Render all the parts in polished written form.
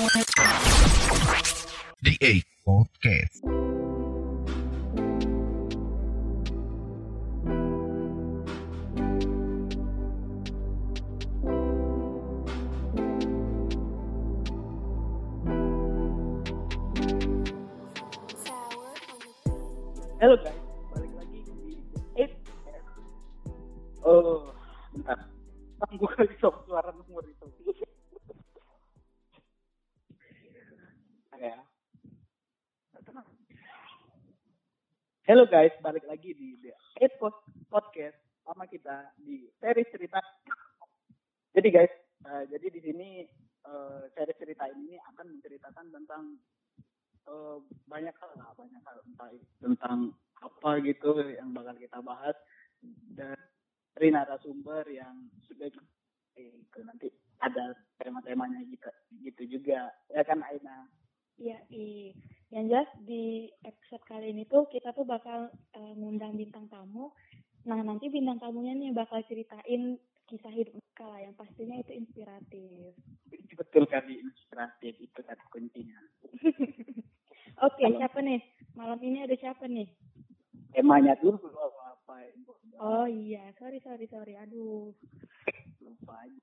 The Eight Podcast. Halo guys, balik lagi di The Eight. Oh, bentar. Gue kali suara nomor itu. Ya. Halo guys, balik lagi di The Eight Podcast sama kita di seri cerita. Jadi guys, jadi di sini seri cerita ini akan menceritakan tentang banyak hal entah tentang apa gitu yang bakal kita bahas dan dari narasumber yang sudah itu nanti ada tema-temanya gitu juga ya kan Aina. Iya, yang jelas di episode kali ini tuh kita tuh bakal ngundang bintang tamu. Nah, nanti bintang tamunya nih bakal ceritain kisah hidup mereka lah yang pastinya itu inspiratif. Betul kali, inspiratif itu kata kuncinya. Oke, siapa nih? Malam ini ada siapa nih? Temanya dulu apa? Oh iya, sorry. Aduh. Lupa aja.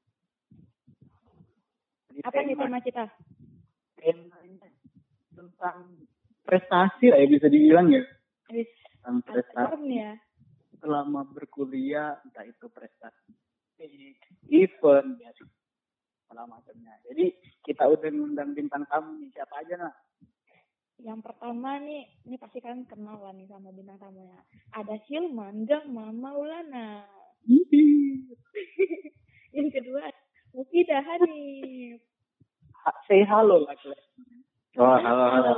Apa nih tema kita? Temanya tentang prestasi lah ya bisa dibilang ya. Tentang prestasi ya. Selama berkuliah, entah itu prestasi event ya segala macamnya. Jadi kita udah ngundang bintang tamu nih, siapa aja nah? Yang pertama nih, ini pasti kalian kenal lah nih sama bintang tamunya. Ada Hilman Gama Maulana. Yang kedua, Mufidah Hanif. Say halo lah kalian. Oh, halo.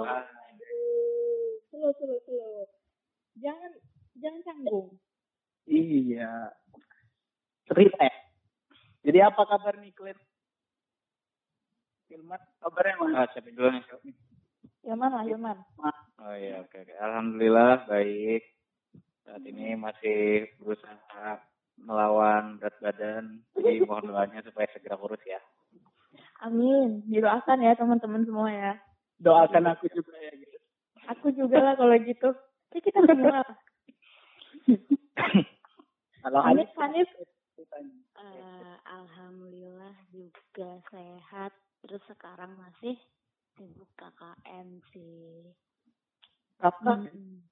Slow. Jangan canggung. Iya. Cerita ya. Jadi apa kabar nih kalian? Hilman, kabarnya mana? Siapa dulu nih? Hilman. Oh iya, oke. Alhamdulillah baik. Saat ini masih berusaha melawan berat badan. Jadi mohon doanya supaya segera kurus ya. Amin. Didoakan ya teman-teman semua ya. Doakan aku juga ya gitu. Aku juga lah kalau gitu. Kita semua. Kalau Hanif. Alhamdulillah juga sehat. Terus sekarang masih sibuk KKN sih. Apa?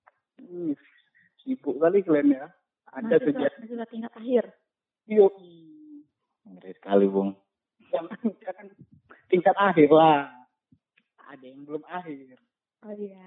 Sibuk kali kalian ya. Ada kegiatan. Sudah tingkat akhir. Yuk. Ngeri sekali, Bung. Jangan tingkat akhir lah. Ada yang belum akhir. Oh iya.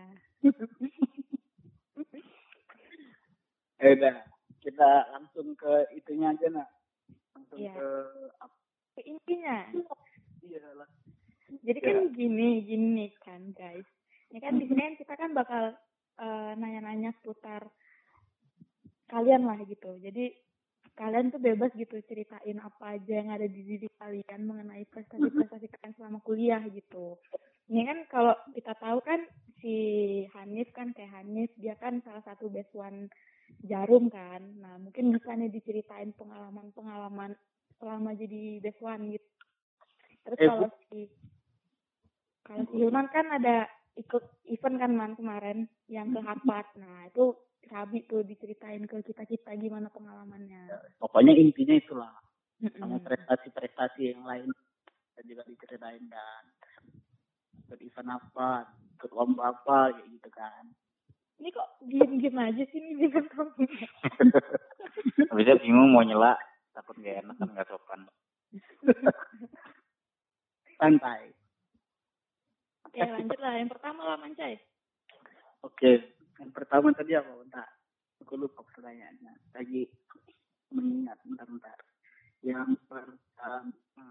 Udah, kita langsung ke itunya aja nak. Langsung Iya. ke intinya. Iya lah. Jadi kan gini kan guys. Ini kan di sini kan kita kan bakal nanya-nanya seputar kalian lah gitu. Jadi kalian tuh bebas gitu ceritain apa aja yang ada di diri kalian mengenai prestasi-prestasi kalian selama kuliah gitu. Ini kan kalau kita tahu kan si Hanif kan kayak Hanif, dia kan salah satu best one Jarum kan. Nah mungkin bisa nih diceritain pengalaman selama jadi best one gitu. Terus kalau si Hilman kan ada ikut event kan man kemarin yang ke Harvard. Nah itu Rabi tuh diceritain ke kita gimana pengalamannya. Pokoknya intinya itulah. Sama prestasi-prestasi yang lain dan juga diceritain kan. Ikut event apa, ikut lomba apa kayak gitu kan. Ini kok diem aja sih nih bintang tamu. Habisnya bingung mau nyela, takut gak enak kan gak sopan. Santai. Oke lanjut lah, yang pertama lah Mancai. Oke, yang pertama tadi apa? Bentar, aku lupa pertanyaannya. Lagi mengingat, bentar. Yang pertama,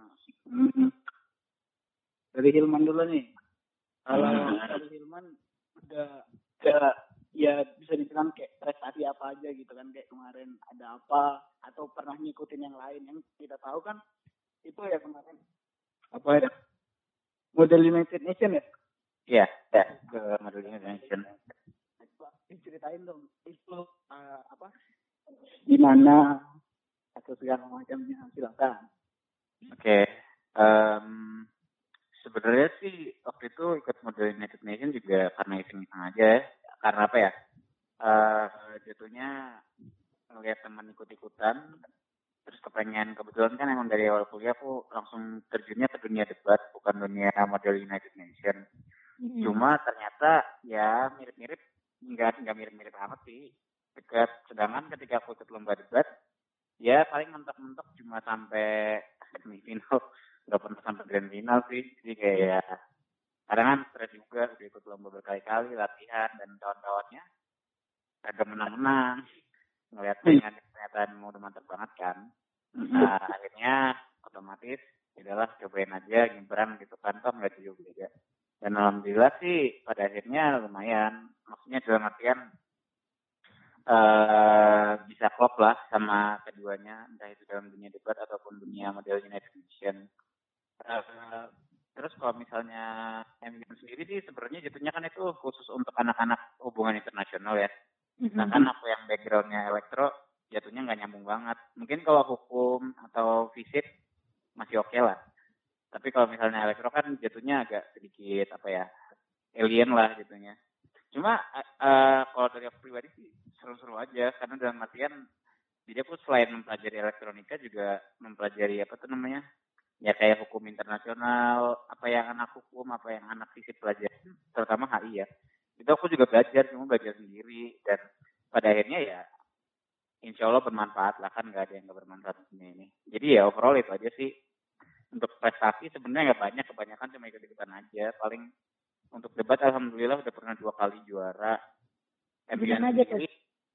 dari Hilman dulu nih. Kalau dari Hilman udah ya bisa dibilang kayak prestasi apa aja gitu kan, kayak kemarin ada apa atau pernah ngikutin yang lain. Yang kita tahu kan itu ya kemarin apa ya, Model United Nation ya. Iya, ke Model United Nation. Diceritain dong itu apa, di mana atau segala macamnya, silakan. Oke. Sebenarnya sih waktu itu ikut model United Nation juga karena iseng-iseng aja. Karena apa ya? Jatuhnya ngeliat teman ikut-ikutan, terus kebetulan kan emang dari awal kuliah aku langsung terjunnya ke dunia debat, bukan dunia model United Nation. Cuma ternyata ya mirip-mirip, nggak mirip-mirip amat sih. Dekat. Sedangkan ketika aku ikut lomba debat, ya paling mentok-mentok cuma sampai semifinal, nggak pernah sampai grand final sih. Jadi kayak kadang kan stres juga, udah ikut lomba berkali-kali, latihan dan kawan-kawannya agak menang-menang. Ngeliat saingan ternyata udah mantap banget kan. Nah, akhirnya otomatis udahlah cobain aja gibran gitu kan, toh nggak jauh beda. Dan alhamdulillah sih pada akhirnya lumayan, maksudnya dalam artian bisa klop lah sama keduanya, entah itu dalam dunia debat ataupun dunia model United Nation. Terus kalau misalnya MU sendiri sih sebenarnya jatuhnya kan itu khusus untuk anak-anak hubungan internasional ya. Nah kan aku yang backgroundnya elektro jatuhnya nggak nyambung banget. Mungkin kalau hukum atau fisik masih oke lah. Tapi kalau misalnya elektro kan jatuhnya agak sedikit apa ya, alien lah jatuhnya. Cuma kalau dari aku pribadi sih seru-seru aja karena dalam artian jadi aku selain mempelajari elektronika juga mempelajari apa tuh namanya ya kayak hukum internasional, apa yang anak hukum, apa yang anak fisik pelajari, terutama HI ya. Itu aku juga cuma belajar sendiri dan pada akhirnya ya insya Allah bermanfaat lah, kan nggak ada yang nggak bermanfaat di sini ini. Jadi ya overall itu aja sih. Untuk prestasi sebenarnya nggak banyak, kebanyakan cuma ikut-ikutan aja. Paling untuk debat alhamdulillah udah pernah 2 kali juara. Gimana aja tuh?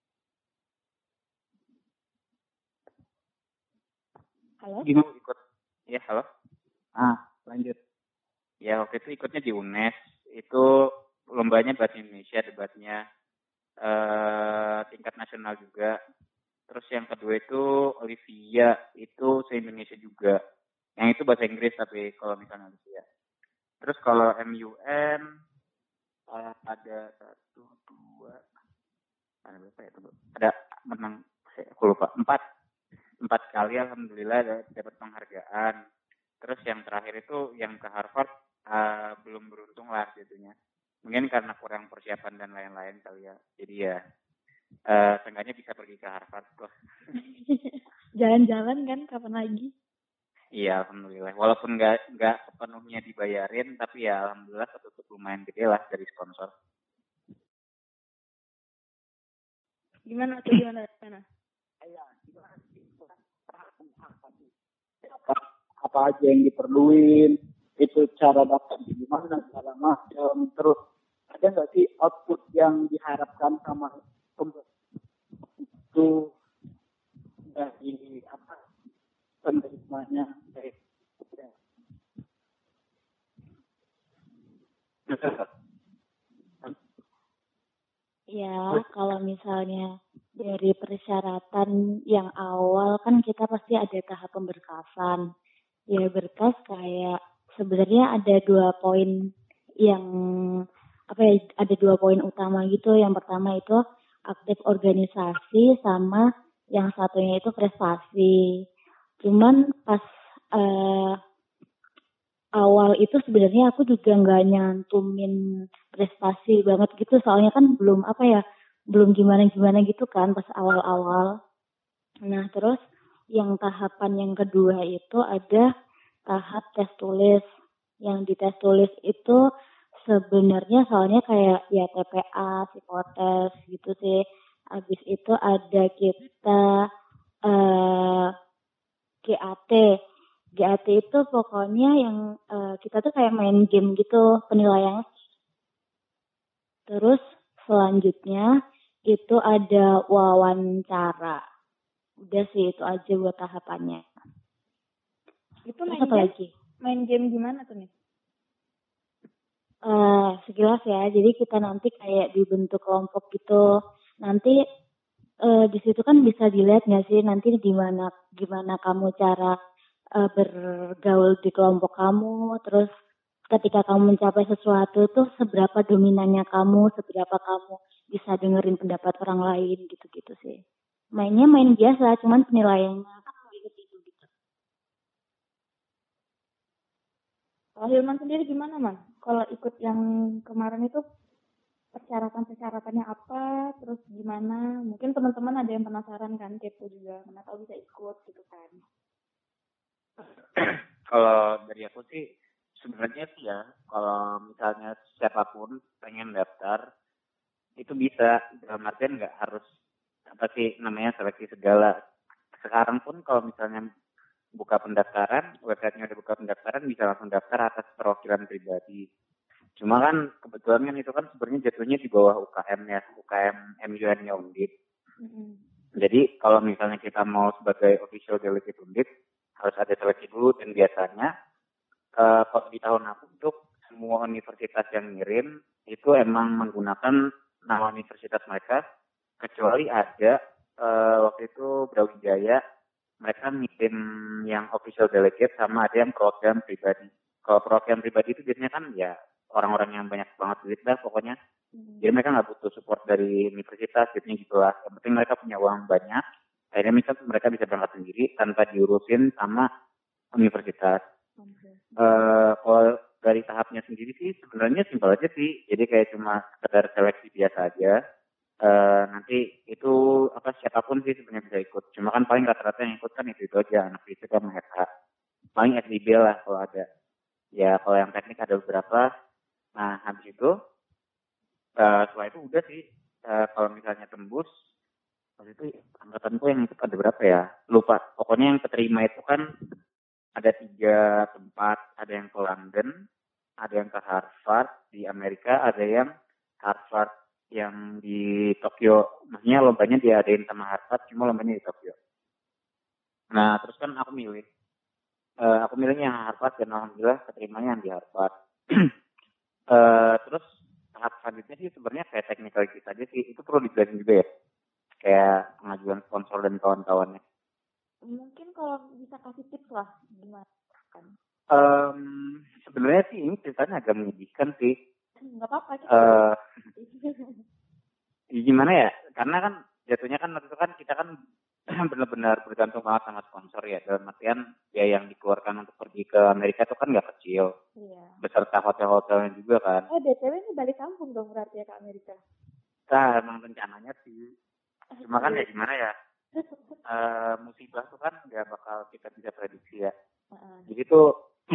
Halo? Gimana ikut? Ya halo. Lanjut. Ya waktu itu ikutnya di UNES. Itu lombanya bahasa Indonesia, debatnya tingkat nasional juga. Terus yang kedua itu Olivia, itu se-Indonesia juga. Yang itu bahasa Inggris tapi kalau misalnya Olivia. Terus kalau MUN ada 1, 2, ada berapa ya? Ada menang, aku lupa, 4 kali alhamdulillah dapat penghargaan. Terus yang terakhir itu yang ke Harvard belum beruntung lah jadinya. Mungkin karena kurang persiapan dan lain-lain kali ya. Jadi ya seenggaknya bisa pergi ke Harvard tuh. Jalan-jalan kan kapan lagi? Iya alhamdulillah. Walaupun nggak sepenuhnya dibayarin, tapi ya alhamdulillah ketutup lumayan gede lah dari sponsor. Gimana? Apa aja yang diperluin, itu cara dapat gimana, segala macam. Terus ada nggak sih output yang diharapkan sama itu dari apa penerimanya dari Ya, kalau misalnya dari persyaratan yang awal kan kita pasti ada tahap pemberkasan. Ya berkas kayak sebenarnya ada 2 poin yang ada 2 poin utama gitu. Yang pertama itu aktif organisasi sama yang satunya itu prestasi. Cuman pas awal itu sebenarnya aku juga nggak nyantumin prestasi banget gitu, soalnya kan belum gimana gitu kan pas awal-awal. Nah terus yang tahapan yang kedua itu ada tahap tes tulis. Yang di tes tulis itu sebenarnya soalnya kayak ya TPA, psikotes gitu sih. Habis itu ada kita GAT. GAT itu pokoknya yang kita tuh kayak main game gitu penilaiannya. Terus selanjutnya itu ada wawancara. Udah sih itu aja buat tahapannya. Itu main game gimana tuh nih? Sekilas ya, jadi kita nanti kayak dibentuk kelompok gitu. Nanti di situ kan bisa dilihat nggak sih nanti gimana kamu cara bergaul di kelompok kamu, terus ketika kamu mencapai sesuatu tuh seberapa dominannya kamu, seberapa kamu bisa dengerin pendapat orang lain gitu-gitu sih. Mainnya main biasa, cuman penilaiannya kan gitu. Kalau Hilman sendiri gimana, Man? Kalau ikut yang kemarin itu persyaratan-persyaratannya apa, terus gimana? Mungkin teman-teman ada yang penasaran kan, kepo juga, mana tahu bisa ikut gitu kan. Kalau dari aku sih sebenarnya sih ya, kalau misalnya siapapun pengen daftar itu bisa, dalam artian nggak harus apa sih namanya seleksi segala. Sekarang pun kalau misalnya buka pendaftaran, websitenya udah buka pendaftaran, bisa langsung daftar atas perwakilan pribadi. Cuma kan kebetulan kan itu kan sebenarnya jatuhnya di bawah UKM ya, UKM MUN-nya Undip. Jadi kalau misalnya kita mau sebagai official delegate Undip, harus ada seleksi dulu, dan biasanya kalau di tahun aku untuk semua universitas yang ngirim itu emang menggunakan nama universitas mereka, kecuali ada waktu itu Brawijaya mereka ngirim yang official delegate sama ada yang program pribadi. Kalau program pribadi itu biasanya kan ya orang-orang yang banyak banget duit lah pokoknya. Jadi mereka nggak butuh support dari universitas, jadinya gitulah. Yang penting mereka punya uang banyak, akhirnya mereka bisa berangkat sendiri tanpa diurusin sama universitas. Kalau dari tahapnya sendiri sih sebenarnya simpel aja sih. Jadi kayak cuma sekedar seleksi biasa aja. Nanti itu apa siapapun sih sebenarnya bisa ikut. Cuma kan paling rata-rata yang ikut kan itu aja, anak fisika sama FH. Paling SDB lah kalau ada. Ya kalau yang teknik ada beberapa. Nah habis itu setelah itu udah sih, kalau misalnya tembus, waktu itu angkatanku yang ikut ada berapa ya? Lupa. Pokoknya yang keterima itu kan ada 3 tempat, ada yang ke London, ada yang ke Harvard di Amerika, ada yang Harvard yang di Tokyo. Maksudnya lombanya diadain sama Harvard, cuma lombanya di Tokyo. Nah terus kan aku milihnya yang Harvard, dan alhamdulillah keterimanya yang di Harvard. Terus tahap selanjutnya sih sebenarnya kayak technicalities aja sih, itu perlu dijelasin juga ya, kayak pengajuan sponsor dan kawan-kawannya. Mungkin kalau bisa kasih tips lah gimana kan? Sebenarnya sih ini ceritanya agak menyedihkan sih. Nggak apa-apa. Gimana ya? Karena kan jatuhnya kan waktu itu kan kita kan benar-benar bergantung banget sama sponsor ya. Dalam artian ya yang dikeluarkan untuk pergi ke Amerika itu kan nggak kecil. Iya. Beserta hotel-hotelnya juga kan. BTW ini balik kampung dong berarti ya ke Amerika? Nah, emang rencananya sih. Cuma kan ya gimana ya? Musibah tuh kan nggak bakal kita bisa prediksi ya. Jadi tuh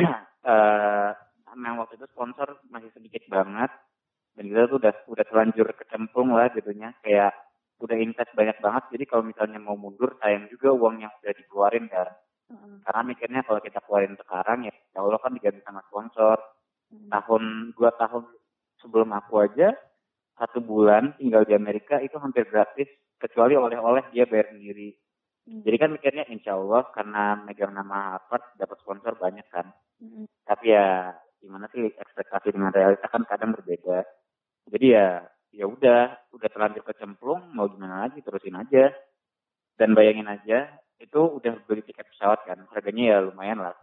memang waktu itu sponsor masih sedikit banget, dan kita tuh udah terlanjur kecemplung lah gitunya, kayak udah invest banyak banget. Jadi kalau misalnya mau mundur sayang juga uang yang udah dikeluarin kan. Karena mikirnya kalau kita keluarin sekarang ya Allah kan diganti sama sponsor. 2 tahun sebelum aku aja 1 bulan tinggal di Amerika itu hampir gratis, kecuali oleh-oleh dia bayar sendiri. Jadi kan mikirnya insya Allah karena megang nama Harvard dapat sponsor banyak kan. Tapi ya gimana sih, ekspektasi dengan realita kan kadang berbeda. Jadi ya udah terlanjur kecemplung, mau gimana lagi, terusin aja. Dan bayangin aja itu udah beli tiket pesawat kan, harganya ya lumayan lah.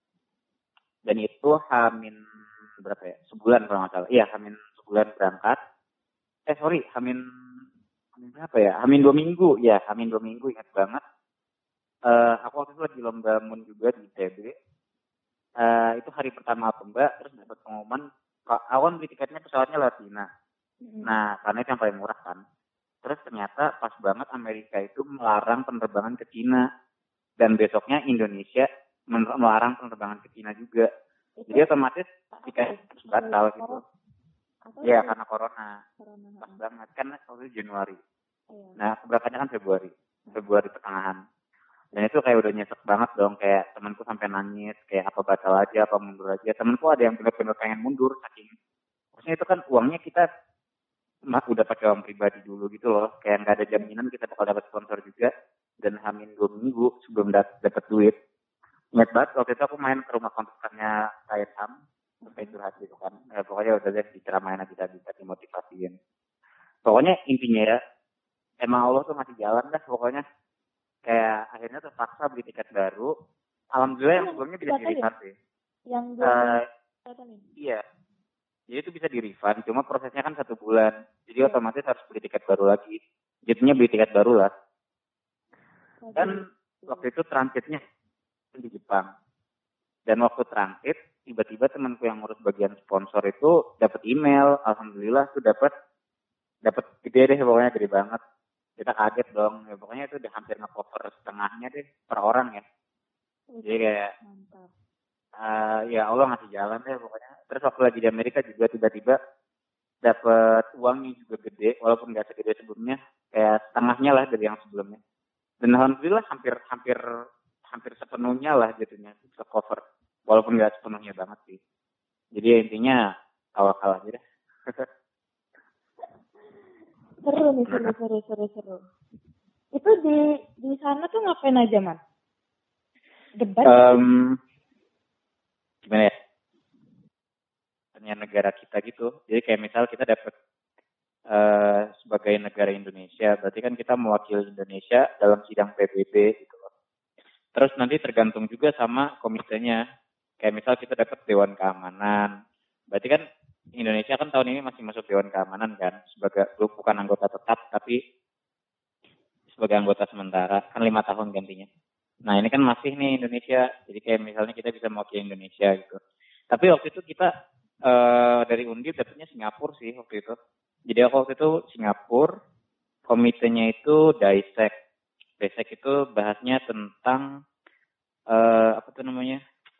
Dan itu hamin berapa ya? Sebulan kalau nggak salah. Iya, hamin sebulan berangkat. Hamin berapa ya? Hamin 2 minggu. Ya, hamin 2 minggu, ingat banget. Aku waktu itu lagi lomba MUN juga di ITB. Itu hari pertama lomba, terus dapat pengumuman, awan beli tiketnya pesawatnya lewat Cina. Nah, karena itu yang paling murah kan. Terus ternyata pas banget Amerika itu melarang penerbangan ke Cina. Dan besoknya Indonesia melarang penerbangan ke Cina juga. Jadi otomatis tiket batal gitu. Ya, karena corona. Pas banget, kan waktu itu Januari. Nah, keberangkatannya kan Februari pertengahan. Dan itu kayak udah nyesek banget dong, kayak temanku sampai nangis, kayak apa batal aja, apa mundur aja. Temanku ada yang benar-benar pengen mundur, saking maksudnya itu kan uangnya kita udah pakai uang pribadi dulu gitu loh, kayak nggak ada jaminan kita bakal dapat sponsor juga. Dan hamin 2 minggu sebelum dapat duit. Ingat banget waktu itu aku main ke rumah kontrakannya Kayet Ham, sampai curhat gitu kan. Pokoknya udah deh diceramain aja, bisa dimotivasiin. Pokoknya intinya ya, emang Allah tuh masih jalan dah pokoknya. Kayak akhirnya terpaksa beli tiket baru. Alhamdulillah yang sebelumnya bisa di-refund sih. Yang iya. Jadi itu bisa di-refund, cuma prosesnya kan 1 bulan. Jadi otomatis harus beli tiket baru lagi. Jadinya beli tiket baru lah. Dan waktu itu transitnya di Jepang. Dan waktu transit tiba-tiba temanku yang ngurus bagian sponsor itu dapat email, alhamdulillah tuh dapat gede deh, pokoknya gede banget. Kita kaget dong, ya pokoknya itu udah hampir nge-cover setengahnya deh per orang ya. Jadi kayak Mantap. ya Allah ngasih jalan deh pokoknya. Terus waktu lagi di Amerika juga tiba-tiba dapat uangnya juga gede, walaupun nggak segede sebelumnya, kayak setengahnya lah dari yang sebelumnya. Dan alhamdulillah hampir sepenuhnya lah jadinya bisa cover, walaupun nggak sepenuhnya banget sih. Jadi intinya awal-awal aja deh. Seru nih, seru. Itu di sana tuh ngapain aja, Man? Debat? Gimana ya? Hanya negara kita gitu. Jadi kayak misal kita dapat sebagai negara Indonesia, berarti kan kita mewakili Indonesia dalam sidang PBB gitu loh. Terus nanti tergantung juga sama komitenya. Kayak misal kita dapat Dewan Keamanan, berarti kan Indonesia kan tahun ini masih masuk Dewan Keamanan kan, sebagai bukan anggota tetap tapi sebagai anggota sementara, kan 5 tahun gantinya. Nah ini kan masih nih Indonesia, jadi kayak misalnya kita bisa mewakili Indonesia gitu. Tapi waktu itu kita dari Undip dapetnya Singapura sih waktu itu. Jadi waktu itu Singapura, komitenya itu DAISEC. DAISEC itu bahasnya tentang apa tuh namanya?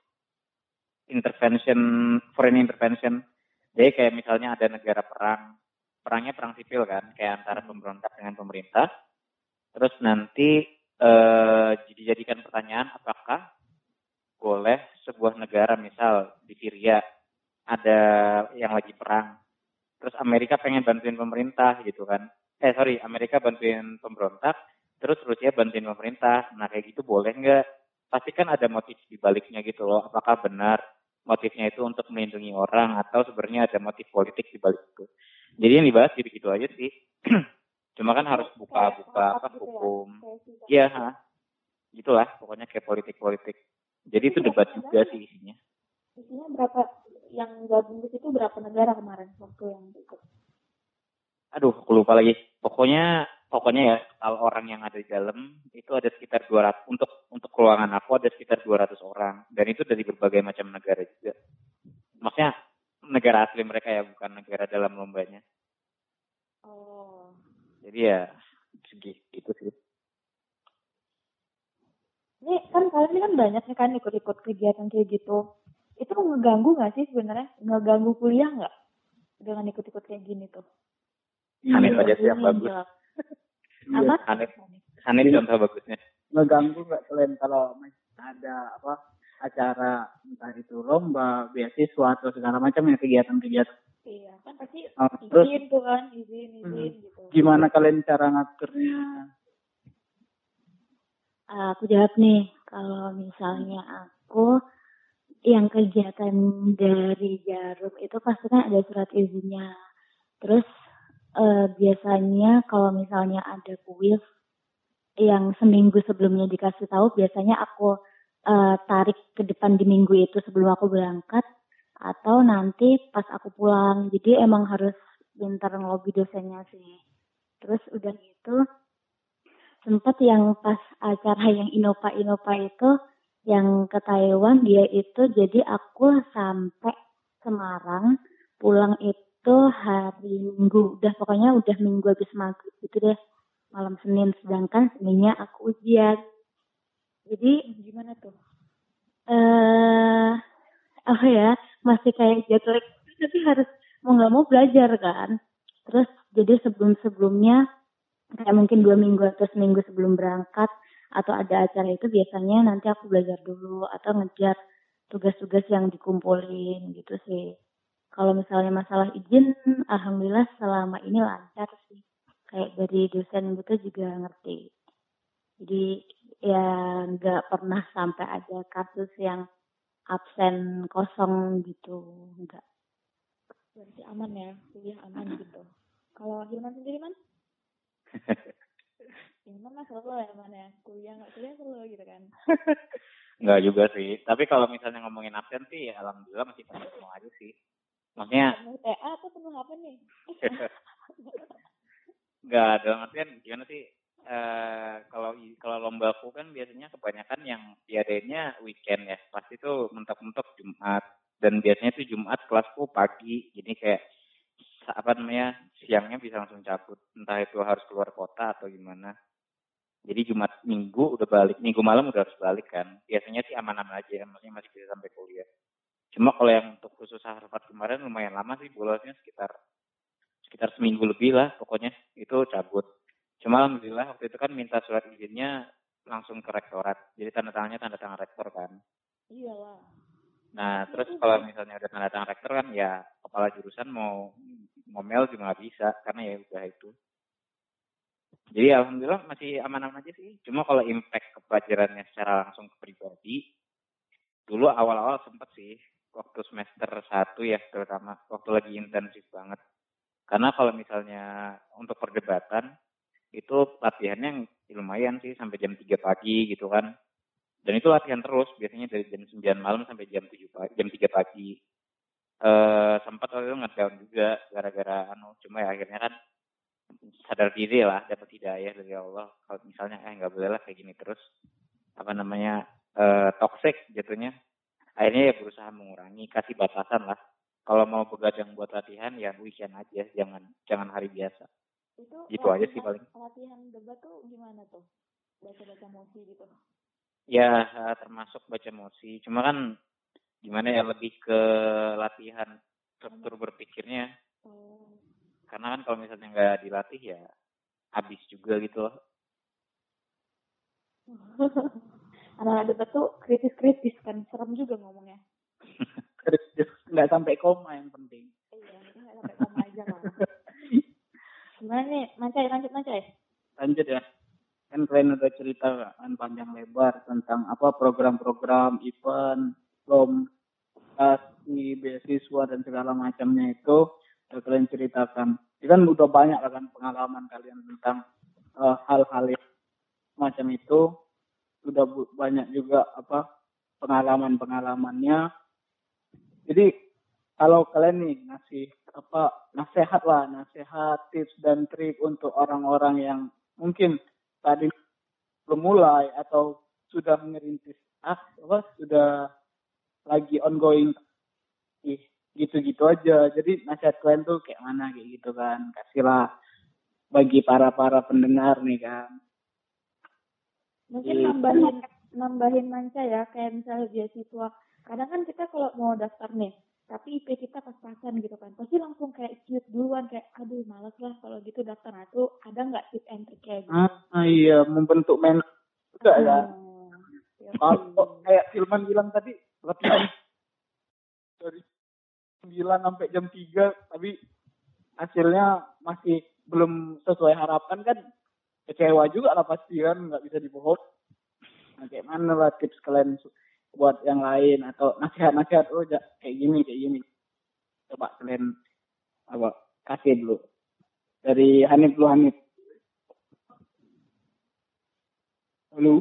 Foreign intervention. Jadi kayak misalnya ada negara perangnya perang sipil kan, kayak antara pemberontak dengan pemerintah. Terus nanti dijadikan pertanyaan apakah boleh sebuah negara, misal di Syria ada yang lagi perang, terus Amerika pengen bantuin pemerintah gitu kan. Amerika bantuin pemberontak, terus Rusia bantuin pemerintah. Nah kayak gitu boleh nggak? Pasti kan ada motif di baliknya gitu loh. Apakah benar motifnya itu untuk melindungi orang atau sebenarnya ada motif politik di balik itu? Jadi yang dibahas gitu-gitu aja sih. Cuma kan harus buka-buka apa hukum. Iya, gitulah pokoknya kayak politik-politik. Jadi itu debat juga sih isinya. Isinya berapa yang gabung di situ, berapa negara kemarin waktu yang ikut? Aduh, aku lupa lagi. Pokoknya ya kalau orang yang ada di dalam itu ada sekitar 200, untuk keluarga aku ada sekitar 200 orang, dan itu dari berbagai macam negara juga. Maksudnya negara asli mereka ya, bukan negara dalam lombanya. Oh. Jadi ya segitu sih. Ini kan kalian ini kan banyak nih kan ikut-ikut kegiatan kayak gitu. Itu ngeganggu nggak sih sebenarnya? Ngeganggu kuliah nggak dengan ikut-ikut kayak gini tuh? Hanif aja sih yang bagus. Apa? Hanif contoh bagusnya. Ngeganggu nggak selain kalau ada apa acara entah itu lomba, beasiswa atau segala macam ya kegiatan-kegiatan. Iya, kan pasti Terus, izin tuh kan, izin gitu. Gimana kalian cara ngaturnya? Aku jawab nih, kalau misalnya aku yang kegiatan dari Jarum itu pasti kan ada surat izinnya. Terus biasanya kalau misalnya ada kuis yang seminggu sebelumnya dikasih tahu, biasanya aku tarik ke depan di minggu itu sebelum aku berangkat atau nanti pas aku pulang. Jadi emang harus pintar ngelobi dosennya sih. Terus udah gitu sempat yang pas acara yang Innova itu yang ke Taiwan, dia itu jadi aku sampai Semarang pulang itu hari Minggu, pokoknya udah Minggu habis maghrib gitu deh, malam Senin, sedangkan Seninnya aku ujian. Jadi gimana tuh? Masih kayak jet lag, tapi harus mau nggak mau belajar kan. Terus jadi sebelumnya kayak mungkin 2 minggu atau seminggu sebelum berangkat atau ada acara itu biasanya nanti aku belajar dulu atau ngejar tugas-tugas yang dikumpulin gitu sih. Kalau misalnya masalah izin, alhamdulillah selama ini lancar sih. Kayak dari dosen gitu juga ngerti. Jadi ya nggak pernah sampai ada kasus yang absen kosong gitu, enggak. Berarti aman ya, kuliah aman gitu. Kalau Hilman sendiri, Man? Hilman mah selalu ya, Man ya. Kuliah nggak kuliah selalu gitu kan. Enggak juga sih. Tapi kalau misalnya ngomongin absen sih, ya alhamdulillah masih penuh semua aja sih. Maksudnya penuh TA atau penuh apa nih? enggak, dalam artian gimana sih? Kalau lomba aku kan biasanya kebanyakan yang diadainnya weekend ya. Pasti tuh mentok-mentok Jumat. Dan biasanya tuh Jumat kelasku pagi, jadi kayak siangnya bisa langsung cabut, entah itu harus keluar kota atau gimana. Jadi Jumat Minggu udah balik, Minggu malam udah harus balik kan. Biasanya sih aman-aman aja, maksudnya masih bisa sampai kuliah. Cuma kalau yang untuk khusus Harvard kemarin lumayan lama sih, bolosnya sekitar seminggu lebih lah pokoknya, itu cabut. Cuma alhamdulillah waktu itu kan minta surat izinnya langsung ke rektorat, jadi tanda tangan rektor kan. Iyalah. Nah terus kalau misalnya udah tanda tangan rektor kan ya kepala jurusan mau ngomel juga nggak bisa karena ya udah itu. Jadi alhamdulillah masih aman-aman aja sih. Cuma kalau impact ke pelajarannya secara langsung ke pribadi, dulu awal-awal sempet sih waktu semester 1 ya, terutama waktu lagi intensif banget. Karena kalau misalnya untuk perdebatan itu latihannya lumayan sih sampai jam 3 pagi gitu kan. Dan itu latihan terus, biasanya dari jam 9 malam sampai jam 3 pagi. Sempat waktu itu nge-down juga gara-gara cuma ya akhirnya kan sadar diri lah, dapat hidayah dari Allah. Kalau misalnya nggak boleh lah kayak gini terus, toxic jatuhnya. Akhirnya ya berusaha mengurangi, kasih batasan lah. Kalau mau begadang buat latihan ya weekend aja, jangan hari biasa. Itu aja sih paling. Latihan debat tuh gimana tuh? Baca-baca mosi gitu? Ya termasuk baca mosi. Cuma kan gimana ya, lebih ke latihan struktur berpikirnya. Karena kan kalau misalnya nggak dilatih ya habis juga gitu loh. Anak debat tuh kritis-kritis kan, serem juga ngomongnya. Kritis, nggak sampai koma yang penting. Iya, nggak sampai koma aja lah. Gimana nih, lanjut Mancai. Lanjut ya. Kan kalian udah cerita kan panjang lebar tentang program-program, event, beasiswa dan segala macamnya itu udah kalian ceritakan. Itu kan udah banyak lah kan pengalaman kalian tentang hal-hal yang macam itu. Sudah banyak juga pengalamannya. Jadi kalau kalian nih ngasih nasihat, tips dan trik untuk orang-orang yang mungkin tadi belum mulai atau sudah merintis sudah lagi ongoing gitu-gitu aja. Jadi nasihat kalian tuh kayak mana kayak gitu kan. Kasihlah bagi para pendengar nih kan. Mungkin nambahin Manca ya, kayak misalnya beasiswa. Kadang kan kita kalau mau daftar nih, tapi IP kita pas-pasan gitu kan, pasti langsung kayak cute duluan, kayak aduh males lah kalau gitu daftar. Nah tuh ada nggak tip and trick kayak gitu? Iya, membentuk mental juga ya. Kalau kayak Filman bilang tadi, latihan dari 9 sampai jam 3, tapi hasilnya masih belum sesuai harapan kan, kecewa juga lah pasti kan, nggak bisa dibohong. Nah, kayak mana lah tips kalian buat yang lain atau nasihat kayak gini. Coba kalian kasih dulu. Dari Hanif dulu, Hanif. Halo,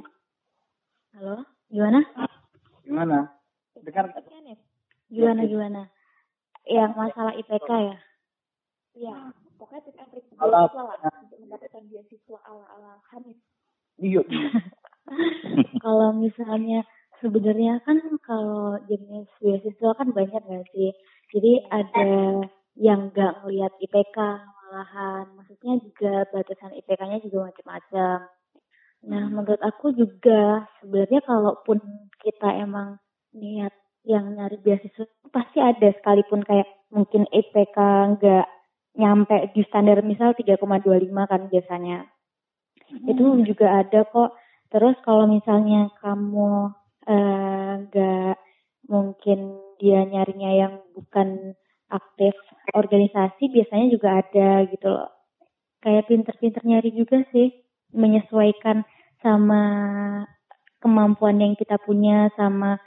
gimana? Dengar nggak? Gimana? Yang masalah IPK ya? Iya, pokoknya tips and trick beasiswa lah untuk mendapatkan beasiswa ala Hanif. Iya. Kalau misalnya sebenarnya kan kalau jenis beasiswa kan banyak nggak sih? Jadi ada yang nggak ngelihat IPK malahan, maksudnya juga batasan IPK-nya juga macam-macam. Nah, menurut aku juga sebenarnya kalaupun kita emang niat yang nyari beasiswa pasti ada, sekalipun kayak mungkin IPK nggak nyampe di standar misal 3,25 kan biasanya. Itu juga ada kok. Terus kalau misalnya kamu nggak mungkin dia nyarinya yang bukan aktif organisasi, biasanya juga ada gitu loh. Kayak pinter-pinter nyari juga sih, menyesuaikan sama kemampuan yang kita punya sama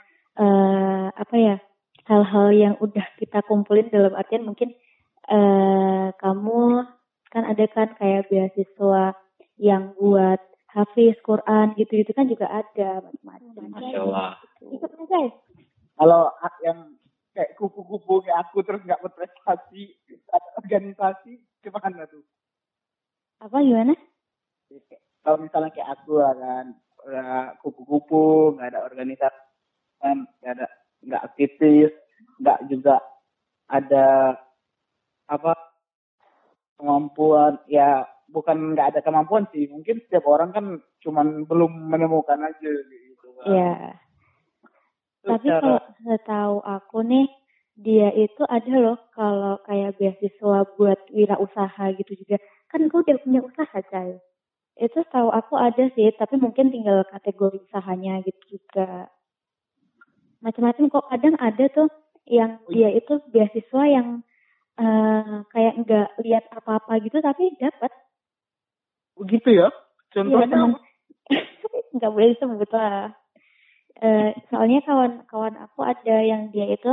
hal-hal yang udah kita kumpulin, dalam artian mungkin kamu kan ada kan kayak beasiswa yang buat hafiz Quran gitu-gitu kan juga ada macam-macam. Masya Allah. Ikut aja. Kalau yang kayak kupu-kupu kayak aku terus nggak berprestasi organisasi gimana tuh? Apa gimana? Kalau misalnya kayak aku lah kan, kupu-kupu, nggak ada organisasi, kan nggak aktivis, nggak juga ada apa kemampuan, ya bukan nggak ada kemampuan sih, mungkin setiap orang kan cuman belum menemukan aja gitu kan. Iya. Itu Tapi cara kalau setahu aku nih, dia itu ada loh kalau kayak beasiswa buat wirausaha gitu juga. Kan gue udah punya usaha, Cay. Itu setahu aku ada sih, tapi mungkin tinggal kategori usahanya gitu juga. Macam-macam kok, kadang ada tuh yang dia itu beasiswa yang kayak nggak lihat apa-apa gitu tapi dapat. begitu ya. Iya, Contohnya teman. Nggak boleh disebut lah. Soalnya kawan-kawan aku ada yang dia itu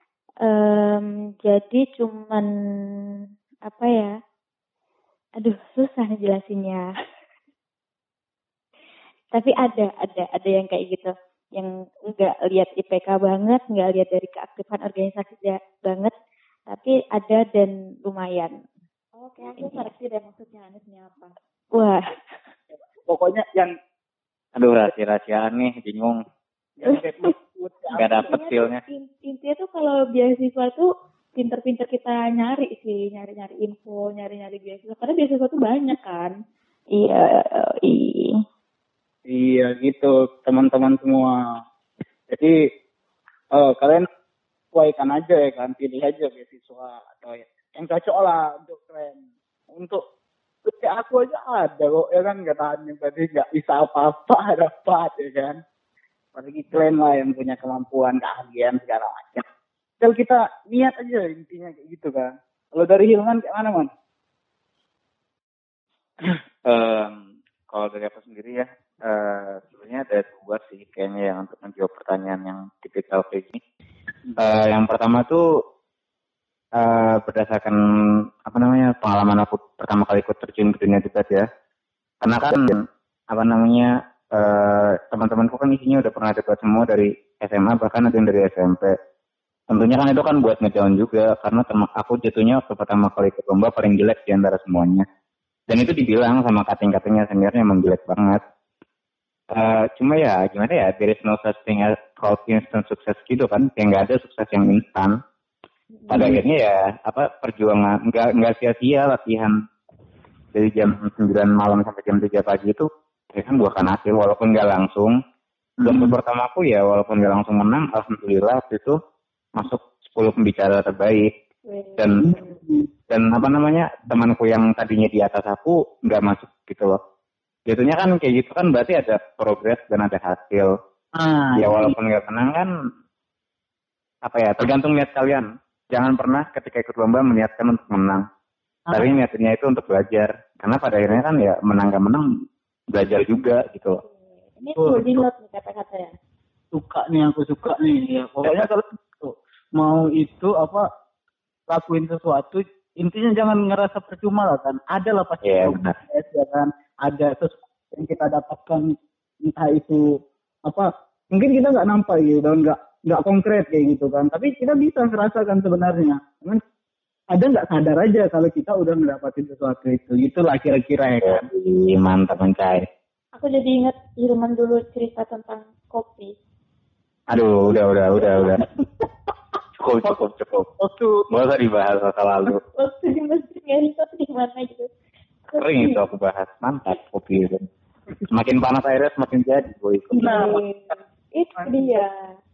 jadi cuman apa ya? Aduh, susah jelasinnya. Tapi ada yang kayak gitu, yang nggak lihat IPK banget, nggak lihat dari keaktifan organisasi banget, tapi ada dan lumayan. Oke, aku ngerti deh maksudnya Anis ini apa. Wah, pokoknya yang Aduh, rahasia-rahasiaan nih, bingung. kayak Nggak dapet feel-nya. Intinya tuh kalau beasiswa tuh pinter-pinter kita nyari sih, nyari-nyari info, nyari-nyari beasiswa. Karena beasiswa tuh banyak kan. iya. iya gitu teman-teman semua. Jadi kalian sesuaikan aja ya kan, pilih aja beasiswa atau yang cocok lah untuk kalian. Untuk kayak aku aja ada kok ya kan, nggak tahan berarti nggak bisa apa-apa dapat ya kan. Apalagi kalian lah yang punya kemampuan, keahlian segala macam. Kalau kita niat aja intinya kayak gitu kan. Kalau dari Hilman kayak mana man? Kalau dari aku sendiri ya, sebenarnya ada dua sih kayaknya yang untuk menjawab pertanyaan yang tipikal kayak gini. Yang pertama tuh berdasarkan apa namanya pengalaman aku pertama kali ikut terjun ke dunia debat ya. Karena kan apa namanya teman-temanku kan isinya udah pernah debat semua dari SMA, bahkan ada yang dari SMP. Tentunya kan itu kan buat ngedown juga, karena aku jatuhnya waktu pertama kali ikut lomba paling jelek di antara semuanya. Dan itu dibilang sama kating-katingnya seniornya emang jelek banget. Cuma ya gimana ya, there is no such thing as called instant success gitu kan, kayak nggak ada sukses yang instan. Pada akhirnya ya perjuangan nggak sia-sia latihan dari jam 9 malam sampai jam 3 pagi itu kan buahkan hasil walaupun nggak langsung. Lomba pertama aku ya walaupun nggak langsung menang, alhamdulillah waktu itu masuk 10 pembicara terbaik. Dan apa namanya temanku yang tadinya di atas aku nggak masuk gitu loh. Jatuhnya kan kayak gitu kan berarti ada progres dan ada hasil. Ya walaupun nggak menang kan apa ya, tergantung niat kalian. Jangan pernah ketika ikut lomba meniatkan untuk menang. Tapi niatnya itu untuk belajar. Karena pada akhirnya kan ya menang gak menang belajar juga gitu. Ini body note nih kata-katanya. Aku suka nih. Ya, pokoknya kalau mau itu apa lakuin sesuatu, intinya jangan ngerasa percuma lah kan. Ada lah pasti progres ya kan. Ada sesuatu yang kita dapatkan, entah itu apa. Mungkin kita nggak nampak gitu dan nggak konkret kayak gitu kan. Tapi kita bisa merasakan sebenarnya. Cuman ada nggak sadar aja kalau kita udah mendapatkan sesuatu itu. Itulah kira-kira ya kan. Mantap mencai. Aku jadi ingat Hilman dulu cerita tentang kopi. Aduh, udah. Cukup. Nggak usah dibahas masa lalu. Waktu di masjid nggak di mana gitu. Sering itu aku bahas. Mantap kopi itu. Semakin panas airnya semakin jadi boy. Nah, itu dia.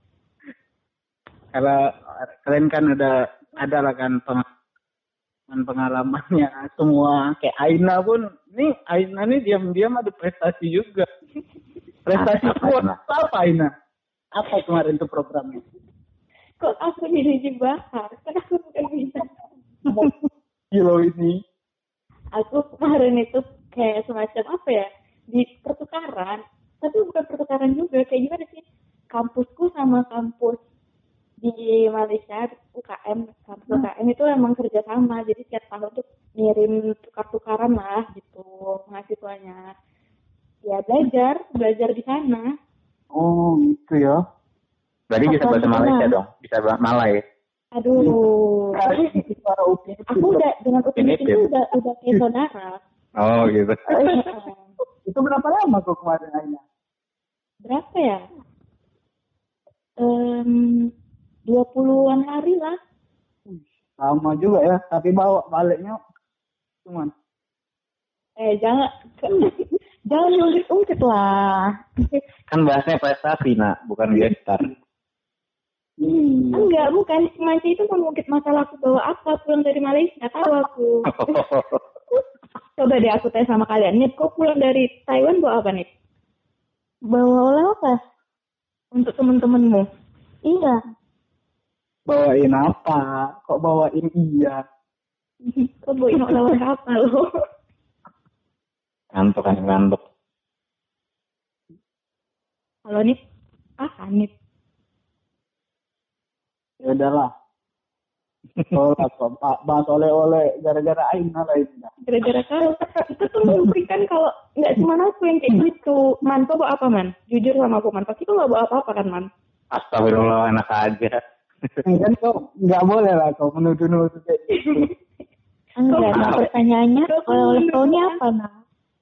Kalau kalian kan udah ada lah kan pengalamannya semua. Kayak Aina pun, Aina nih diam-diam ada prestasi juga. Prestasi apa Aina? Apa kemarin tuh programnya? Kok aku jadi dibahas? Kan aku bukan bisa. Kilo ini. Aku kemarin itu kayak semacam apa ya? Di pertukaran. Tapi bukan pertukaran juga. Kayak gimana sih? Kampusku sama kampus di Malaysia, UKM, kampus UKM itu emang kerja sama. Jadi tiap tahun tuh ngirim tukar-tukaran lah gitu mahasiswanya. Ya belajar di sana. Oh gitu ya. Berarti bisa bahasa Malaysia dong, bisa Malay. Aduh. Aku udah dengan UTIS itu udah kayak saudara. Oh gitu. Itu berapa lama kok kemarin Aina? Berapa ya? 20-an hari lah. Lama juga ya, tapi bawa baliknya cuman. Jangan jangan ungkit lah. Kan bahasnya prestasi, nak, bukan gestar. Enggak, bukan. Masih itu mengungkit masalah aku bawa apa pulang dari Malaysia. Tahu aku. Coba deh aku tanya sama kalian. Nip, kau pulang dari Taiwan bawa apa, Nip? Bawa oleh-oleh. Untuk temen-temenmu? Iya. Bawain apa? Kok bawain iya? Kau bawain oleh-oleh apa lo? Ngantuk. Halo, Nip? Nip. Ya udahlah. Bahas oleh-oleh gara-gara Aing lain. Gara-gara kau. Itu tuh membuktikan kalau nggak cuma aku yang kayak gitu. Man, kau bawa apa, Man? Jujur sama aku, Man. Pasti kau nggak bawa apa-apa kan, Man? Astagfirullah, enak aja. Kan kau nggak boleh lah kau menuduh-nuduh kayak gitu. Enggak, nah pertanyaannya oleh-oleh kau ini apa, nah?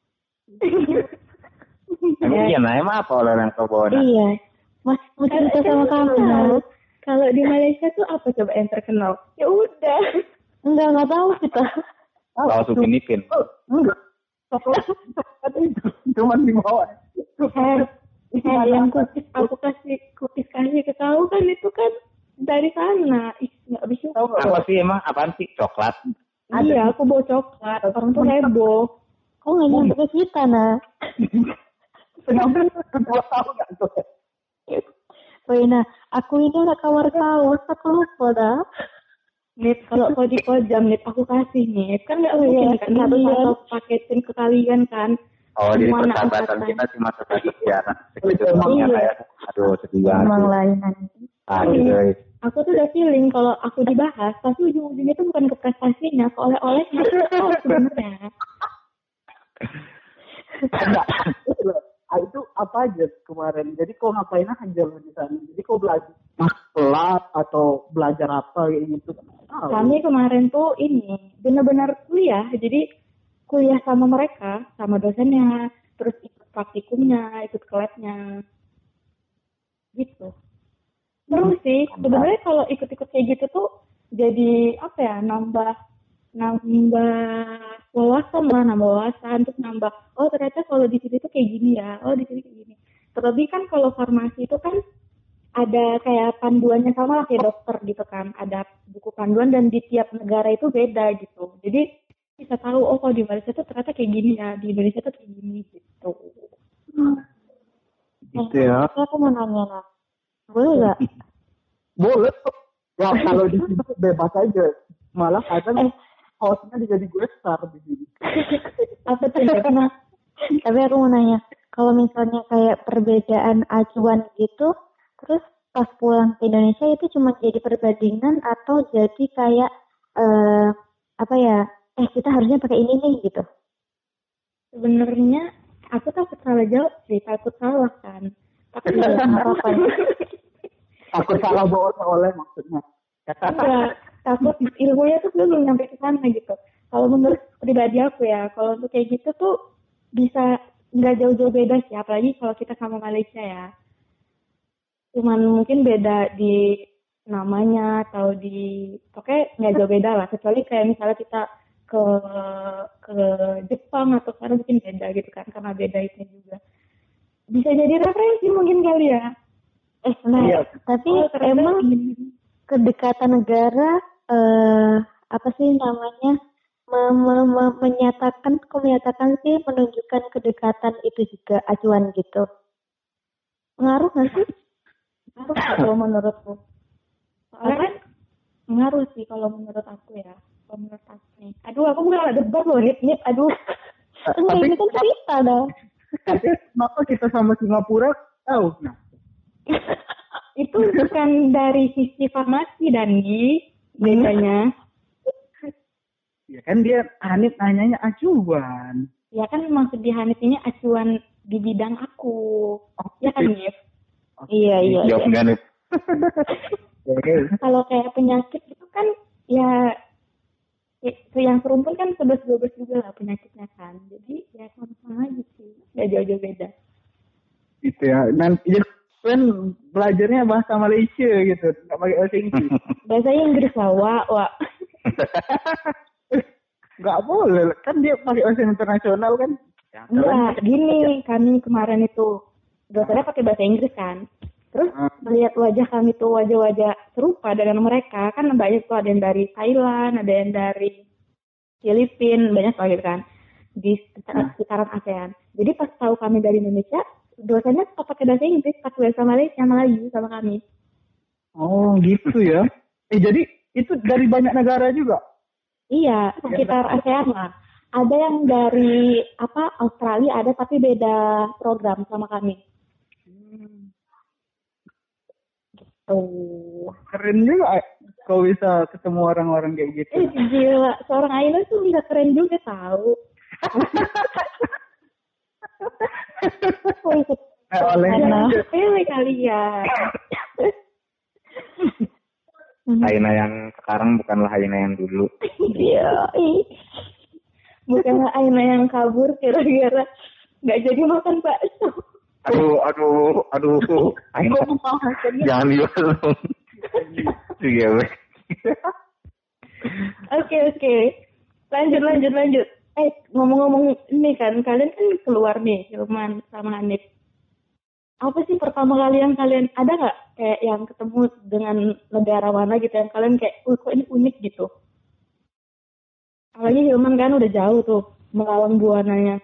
Emang apa oleh yang kau bawa? Iya. Mas, mau cerita sama kamu, nah. Kalau di Malaysia tuh apa coba yang terkenal? Ya udah. Enggak tahu kita. Kalau Supinipin. Enggak. Cuman dibawa. Yang aku kasih ke kau kan itu kan dari sana. Nggak bisa. Apa sih emang? Apaan sih? Coklat? Iya, aku bawa coklat. Orang tuh heboh. Kok nggak nyampe ke kita, nah? Kenapa kedua tahu nggak tuh? Nah, aku ini anak kamar kau, aku lupa dah. Nip, kalau kau di pojam, Nip, aku kasih, Nip. Kan nggak mungkin kan satu-satu paketin ke kalian kan. Oh, jadi persahabatan kita cuma sebatas jarak. Segitu emangnya kayak, aduh sedih banget. Emang lainan. Aduh. Aku tuh udah feeling kalau aku dibahas, pasti ujung-ujungnya tuh bukan ke prestasinya, ke oleh-olehnya. Oh, sebenarnya. Enggak. Itu apa aja kemarin? Jadi kau ngapain aja lo di sana? Jadi kau belajar kelas atau belajar apa kayak gitu? Kami kemarin tuh ini benar-benar kuliah. Jadi kuliah sama mereka, sama dosennya, terus ikut praktikumnya, ikut labnya, gitu. Terus sih sebenarnya kalau ikut-ikut kayak gitu tuh jadi apa ya, nambah wawasan, terus nambah, oh ternyata kalau di sini tuh kayak gini ya, oh di sini kayak gini. Terlebih kan kalau farmasi itu kan ada kayak panduannya sama lah kayak dokter gitu kan, ada buku panduan dan di tiap negara itu beda gitu. Jadi bisa tahu, oh kalau di Malaysia tuh ternyata kayak gini ya, di Indonesia tuh kayak gini gitu. Gitu ya. Aku mau nanya, nah. Boleh nggak? Boleh. Ya kalau di sini bebas aja. Malah kadang hostnya jadi gue star di sini. Apa tuh? Nah, tapi aku mau nanya, kalau misalnya kayak perbedaan acuan gitu, terus pas pulang ke Indonesia itu cuma jadi perbandingan atau jadi kayak apa ya? Kita harusnya pakai ini nih gitu. Sebenarnya aku takut salah jawab sih, takut salah kan. Tapi nggak apa-apa. Takut salah bawa oleh maksudnya. Enggak, takut ilmunya tuh belum nyampe ke sana gitu. Kalau menurut pribadi aku ya, kalau untuk kayak gitu tuh bisa nggak jauh-jauh beda sih, apalagi kalau kita sama Malaysia ya. Cuman mungkin beda di namanya atau di, pokoknya nggak jauh beda lah. Kecuali kayak misalnya kita ke Jepang atau sana mungkin beda gitu kan, karena beda itu juga. Bisa jadi referensi mungkin kali ya. Nah, tapi emang kedekatan negara apa sih namanya menyatakan sih menunjukkan kedekatan itu juga acuan gitu. Pengaruh nggak sih? Pengaruh kalau menurutku. Soalnya kan pengaruh sih kalau menurut aku ya. Kalau menurut aku nih. Aduh, aku bukan ada debat loh, Nip. Aduh. Enggak, ini kan cerita dah. Tapi kenapa kita sama Singapura tahu? Nah. Itu bukan dari sisi farmasi Dani bedanya. Ya kan dia Hanif nanyanya acuan. Ya kan maksud di Hanif ini acuan di bidang aku. Ya kan, Nif? Iya. Jawab nggak nih? Kalau kayak penyakit itu kan ya yang serumpun kan 11-12 juga lah penyakitnya kan. Jadi ya sama-sama aja sih. Gak jauh-jauh beda. Gitu ya. Dan ya, kan belajarnya bahasa Malaysia gitu, nggak pakai bahasa Inggris. Bahasa Inggris lah, Wak. Nggak boleh, kan dia pakai bahasa internasional kan. Enggak, gini, kami kemarin itu dosennya pakai bahasa Inggris kan. Terus melihat wajah kami tuh wajah-wajah serupa dengan mereka, kan banyak tuh, ada yang dari Thailand, ada yang dari Filipina, banyak tuh gitu kan, di sekitaran ASEAN. Jadi pas tahu kami dari Indonesia, dosennya tetap pakai bahasa Inggris, pakai bahasa Malaysia, Melayu sama kami. Oh gitu ya. Jadi itu dari banyak negara juga. Iya, sekitar ASEAN lah. Ada yang dari Australia ada, tapi beda program sama kami. Tuh. Keren juga kalau bisa ketemu orang-orang kayak gitu. Gila, seorang Aina tuh bisa keren juga tahu. Oleh sepele kalian. Aina yang sekarang bukanlah Aina yang dulu. Iya, bukanlah Aina yang kabur gara-gara nggak jadi makan bakso. Aduh. Aina, jangan dibahas dong. Iya, weh. Oke. Lanjut. Ngomong-ngomong ini kan, kalian kan keluar nih, Hilman sama Hanif. Apa sih pertama kali yang kalian, ada nggak kayak yang ketemu dengan negara mana gitu yang kalian kayak, kok ini unik gitu? Apalagi Hilman kan udah jauh tuh melawan buananya.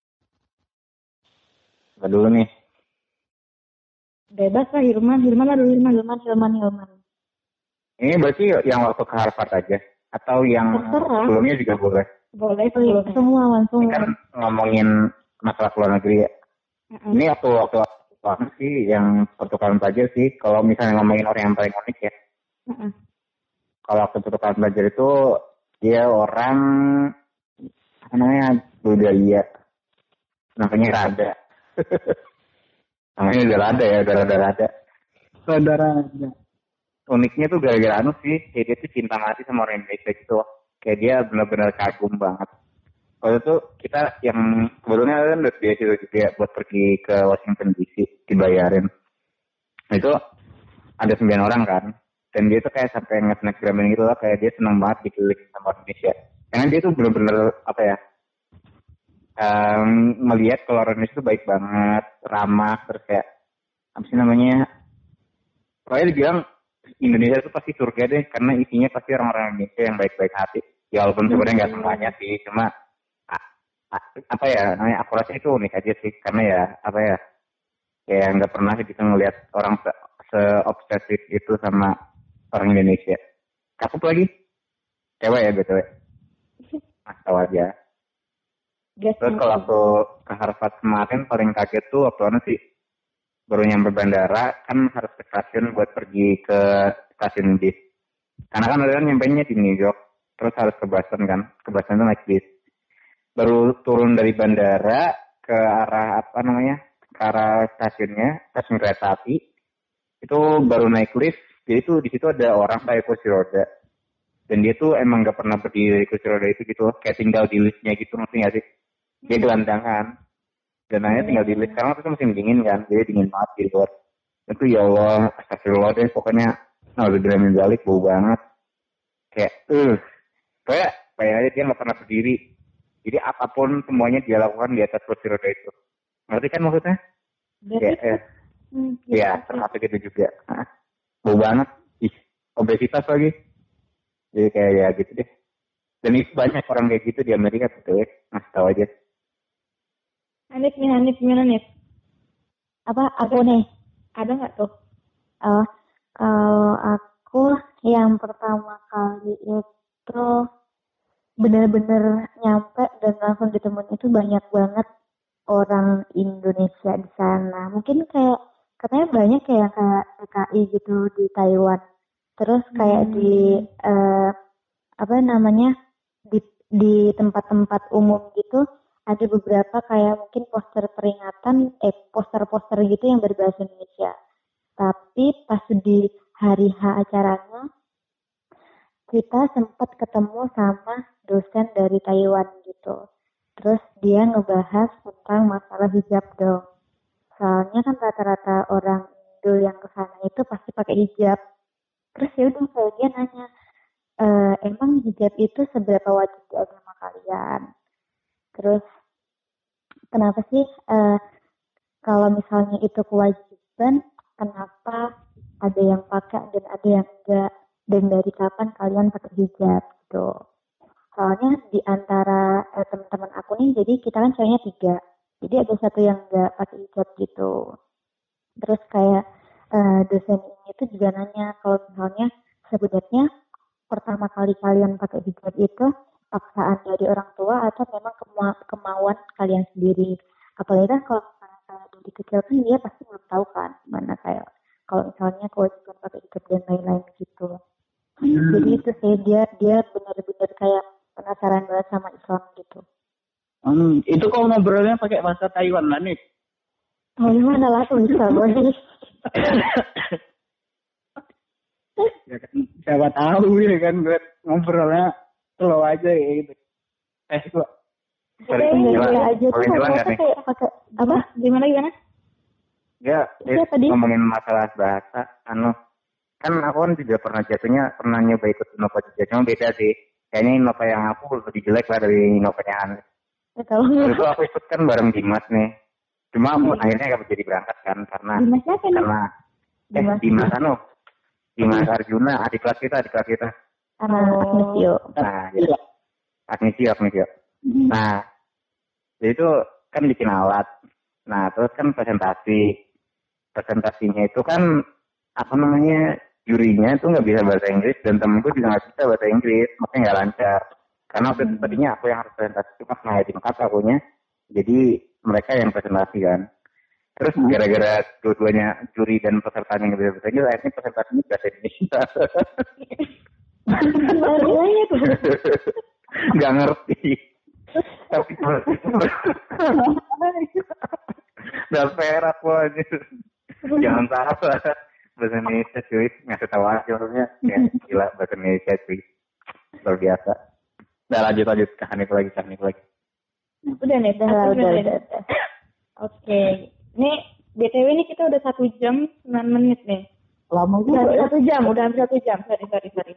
Apa dulu nih? Bebas lah Hilman dulu. Ini berarti yang waktu ke Harvard aja? Atau yang sebelumnya juga boleh? Boleh, semua langsung. Ini kan ngomongin masalah luar negeri ya. Ini waktu sih yang pertukaran pelajar sih. Kalau misalnya ngomongin orang yang paling unik ya. Kalau waktu pertukaran pelajar itu dia orang apa namanya budaya, namanya Rada. Namanya udah Rada. Saudara. Uniknya tuh gara-gara sih, kayak dia tuh cinta mati sama orang Indonesia gitu. Kayak dia benar-benar kagum banget. Waktu itu kita yang sebelumnya kan udah biasa juga buat pergi ke Washington DC, dibayarin. Itu ada 9 orang kan. Dan dia tuh kayak sampai nge-snapgramin gitu lah, kayak dia senang banget dikeliling sama Indonesia. Karena dia tuh benar-benar melihat kalau orang Indonesia tuh baik banget, ramah, terus kayak apa sih namanya? Pokoknya dibilang Indonesia itu pasti surga deh, karena isinya pasti orang-orang Indonesia yang baik-baik hati. Ya walaupun sebenarnya nggak semuanya sih, cuma namanya akurasinya itu unik aja sih, karena kayak nggak pernah bisa ngelihat orang se-obsesif itu sama orang Indonesia. Cakep lagi, cewek ya btw. Tahu aja. Terus kalau waktu ke Harvard kemarin paling kaget tuh waktu sih baru nyampe bandara kan harus ke stasiun buat pergi ke stasiun bis. Karena kan ada nyampainya di New York, terus harus ke Boston kan. Ke Boston tuh naik bis. Baru turun dari bandara ke arah ke arah stasiun kereta api. Itu baru naik lift. Jadi tuh di situ ada orang kayak kursi roda. Dan dia tuh emang gak pernah berdiri di kursi roda itu gitu, kayak tinggal di liftnya gitu, ngerti gak sih? Dia gelandangan. Dan akhirnya tinggal di lift, karena itu musim dingin kan, jadi dingin banget di luar. Itu ya Allah, astagfirullah deh, pokoknya udah min zalik, bau banget. Kayak, kayak dia gak pernah berdiri. Jadi apapun semuanya dia lakukan di atas kursi roda itu. Ngerti kan maksudnya? Ya, termasuk itu juga. Bau banget, obesitas lagi. Jadi kayak ya gitu deh. Dan itu banyak orang kayak gitu di Amerika betul ya. Ngasih tahu aja. Hanif gimana Nif? Aku nih? Ada nggak tuh? Kalau aku yang pertama kali itu benar-benar nyampe dan langsung ditemuin itu banyak banget orang Indonesia di sana. Mungkin kayak katanya banyak kayak PKI gitu di Taiwan. Terus kayak di tempat-tempat umum gitu ada beberapa kayak mungkin poster peringatan, poster-poster gitu yang berbahasa Indonesia. Tapi pas di hari H acaranya kita sempat ketemu sama dosen dari Taiwan gitu. Terus dia ngebahas tentang masalah hijab dong. Soalnya kan rata-rata orang dulu yang kesana itu pasti pakai hijab. Terus ya udah kayak dia nanya, emang hijab itu seberapa wajib di agama kalian? Terus kenapa sih kalau misalnya itu kewajiban, kenapa ada yang pakai dan ada yang enggak? Dan dari kapan kalian pakai hijab gitu? Soalnya di antara teman-teman aku nih, jadi kita kan ceweknya 3. Jadi ada satu yang enggak pakai hijab gitu. Terus kayak dosen ini tuh juga nanya kalau misalnya sebenarnya pertama kali kalian pakai hijab itu paksaan dari orang tua atau memang kemauan kalian sendiri. Apalagi kan kalau misalnya kayak dari kecil kan dia pasti belum tahu kan gimana kayak kalau misalnya kewajiban pakai hijab dan lain-lain gitu. Jadi itu sih dia benar-benar kayak penasaran banget sama Islam gitu. Itu kok ngobrolnya pakai bahasa Taiwan lah nih. Oh gimana lah tuh bisa boleh. Ya kan, siapa tahu ya kan gue ngobrolnya slow aja kayak gitu. Kok. Boleh aja tuh pakai apa? Gimana? Ya, ngomongin masalah bahasa, kan aku kan juga pernah nyoba ikut Innova juga, cuma beda sih. Kayaknya Innova yang aku lebih jelek lah dari Innovanya Anis. Itu aku ikut kan bareng Dimas nih. Cuma aku akhirnya gak jadi berangkat kan karena Dimas Arjuna, adik kelas kita. Agnesio. Nah, gitu. Agnesio. Nah, itu kan bikin alat. Nah, terus kan presentasinya itu kan jurinya itu nggak bisa bahasa Inggris dan temenku juga nggak bisa bahasa Inggris, makanya nggak lancar. Karena waktu itu tadinya aku yang harus presentasi, cuma nggak diangkat akunya, jadi mereka yang presentasi kan. Terus gara-gara dua-duanya juri dan pesertanya nggak bisa bahasa Inggris, akhirnya presentasinya bahasa Indonesia. Nggak ngerti. Tapi udah perak aja. Jangan salah. Bahasa Indonesia cuy, ngasih tahu aja maksudnya. Ya, gila bahasa Indonesia cuy. Luar biasa. Udah lanjut ke Hanif lagi. Udah. Oke. Ini BTW ini kita udah 1 jam 9 menit nih. Lama juga udah ya? 1 jam, udah hampir 1 jam. Sorry.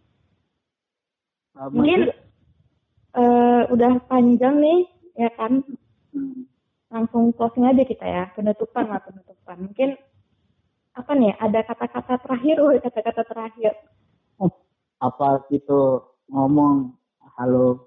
Mungkin udah panjang nih, ya kan? Langsung closing aja kita ya, penutupan. Mungkin apa nih? Ada kata-kata terakhir. Apa gitu ngomong halo.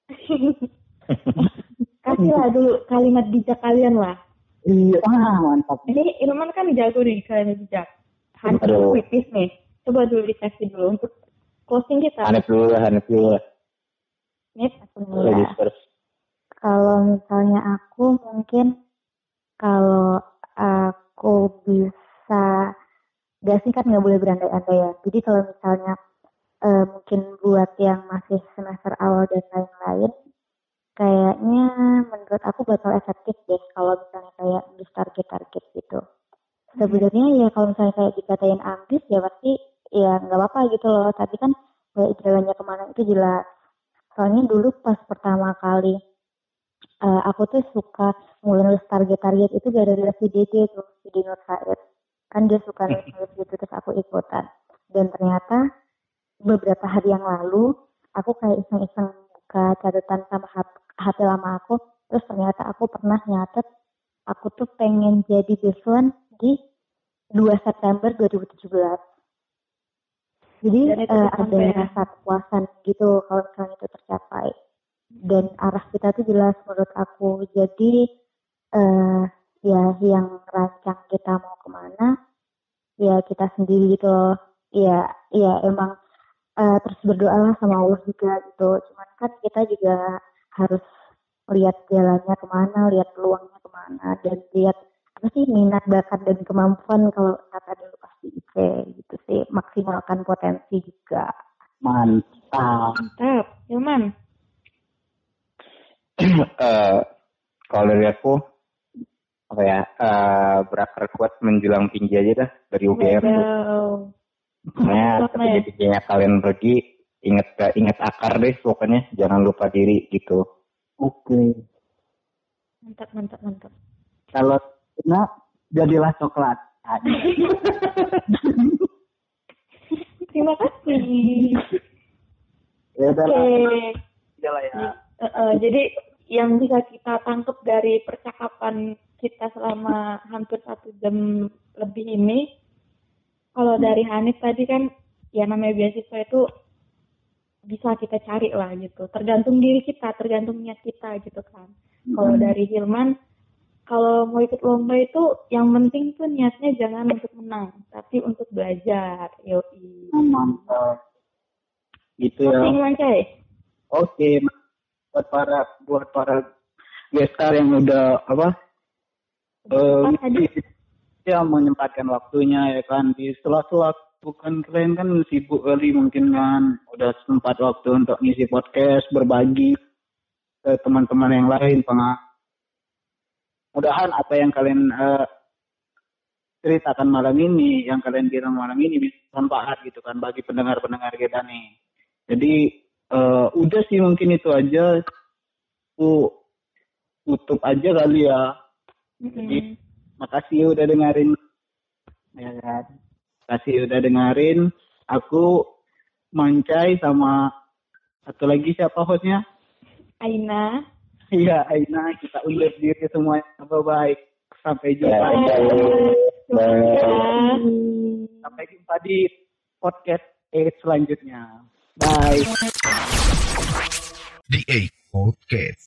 Kasihlah dulu kalimat bijak kalian lah. Iya, mantap. Ini Ilman kan jago nih kalimat bijak. Hanif kritis nih. Coba dulu dikasih dulu untuk closing kita. Hanif dulu lah. Nih, kalau misalnya aku mungkin kalau aku bisa gak sih kan nggak boleh berandai-andai ya. Jadi kalau misalnya mungkin buat yang masih semester awal dan lain-lain, kayaknya menurut aku bakal efektif deh kalau misalnya kayak nulis target gitu. Sebenarnya ya kalau misalnya kayak dikatain ambis ya pasti ya nggak apa-apa gitu loh. Tapi kan kayak jalannya kemana itu jelas. Soalnya dulu pas pertama kali aku tuh suka mulai nulis target itu gara-gara si Dede tuh, si Nur Said. Kan dia suka nulis gitu terus aku ikutan. Dan ternyata beberapa hari yang lalu aku kayak iseng-iseng buka catatan sama HP lama aku. Terus ternyata aku pernah nyatet aku tuh pengen jadi B1 di 2 September 2017. Jadi ada rasa kepuasan gitu kalau misalnya itu tercapai. Dan arah kita tuh jelas menurut aku. Jadi ya yang rancang kita mau kemana ya kita sendiri gitu loh. Ya emang terus berdoalah sama Allah juga gitu. Cuman kan kita juga harus lihat jalannya kemana, lihat peluangnya kemana, dan lihat apa sih minat, bakat, dan kemampuan. Kalau kata dulu pasti gitu sih, maksimalkan potensi juga. Mantap. Ilman. Kalau dari aku berakar kuat menjelang tinggi aja dah dari UGM. Nah, ketika kalian pergi ingat akar deh pokoknya, jangan lupa diri gitu. Oke. Mantap. Kalau jadilah coklat. Terima kasih. Ya udah Oke. lah ya. Jadi yang bisa kita tangkap dari percakapan kita selama hampir 1 jam lebih ini, kalau dari Hanif tadi kan, ya namanya beasiswa itu bisa kita cari lah gitu. Tergantung diri kita, tergantung niat kita gitu kan. Kalau dari Hilman, kalau mau ikut lomba itu yang penting tuh niatnya jangan untuk menang, tapi untuk belajar. Yoi. Mantap. Gitu ya. Oke, Hilman Cai. Oke, buat para gestar yang udah ya menyempatkan waktunya ya kan di sela-sela bukan kalian kan sibuk kali mungkin kan udah sempat waktu untuk ngisi podcast berbagi ke teman-teman yang lain mudahan apa yang kalian ceritakan malam ini yang kalian bilang malam ini bisa bermanfaat gitu kan bagi pendengar-pendengar kita nih. Jadi udah sih mungkin itu aja. Aku tutup aja kali ya. Jadi makasih udah dengerin. Ya kan. Makasih udah dengerin. Aku Mancai sama satu lagi siapa hostnya? Aina. Iya, Aina. Kita undur diri semuanya. Bye-bye. Sampai jumpa. Sampai jumpa di podcast selanjutnya. Bye. The 8 Podcast.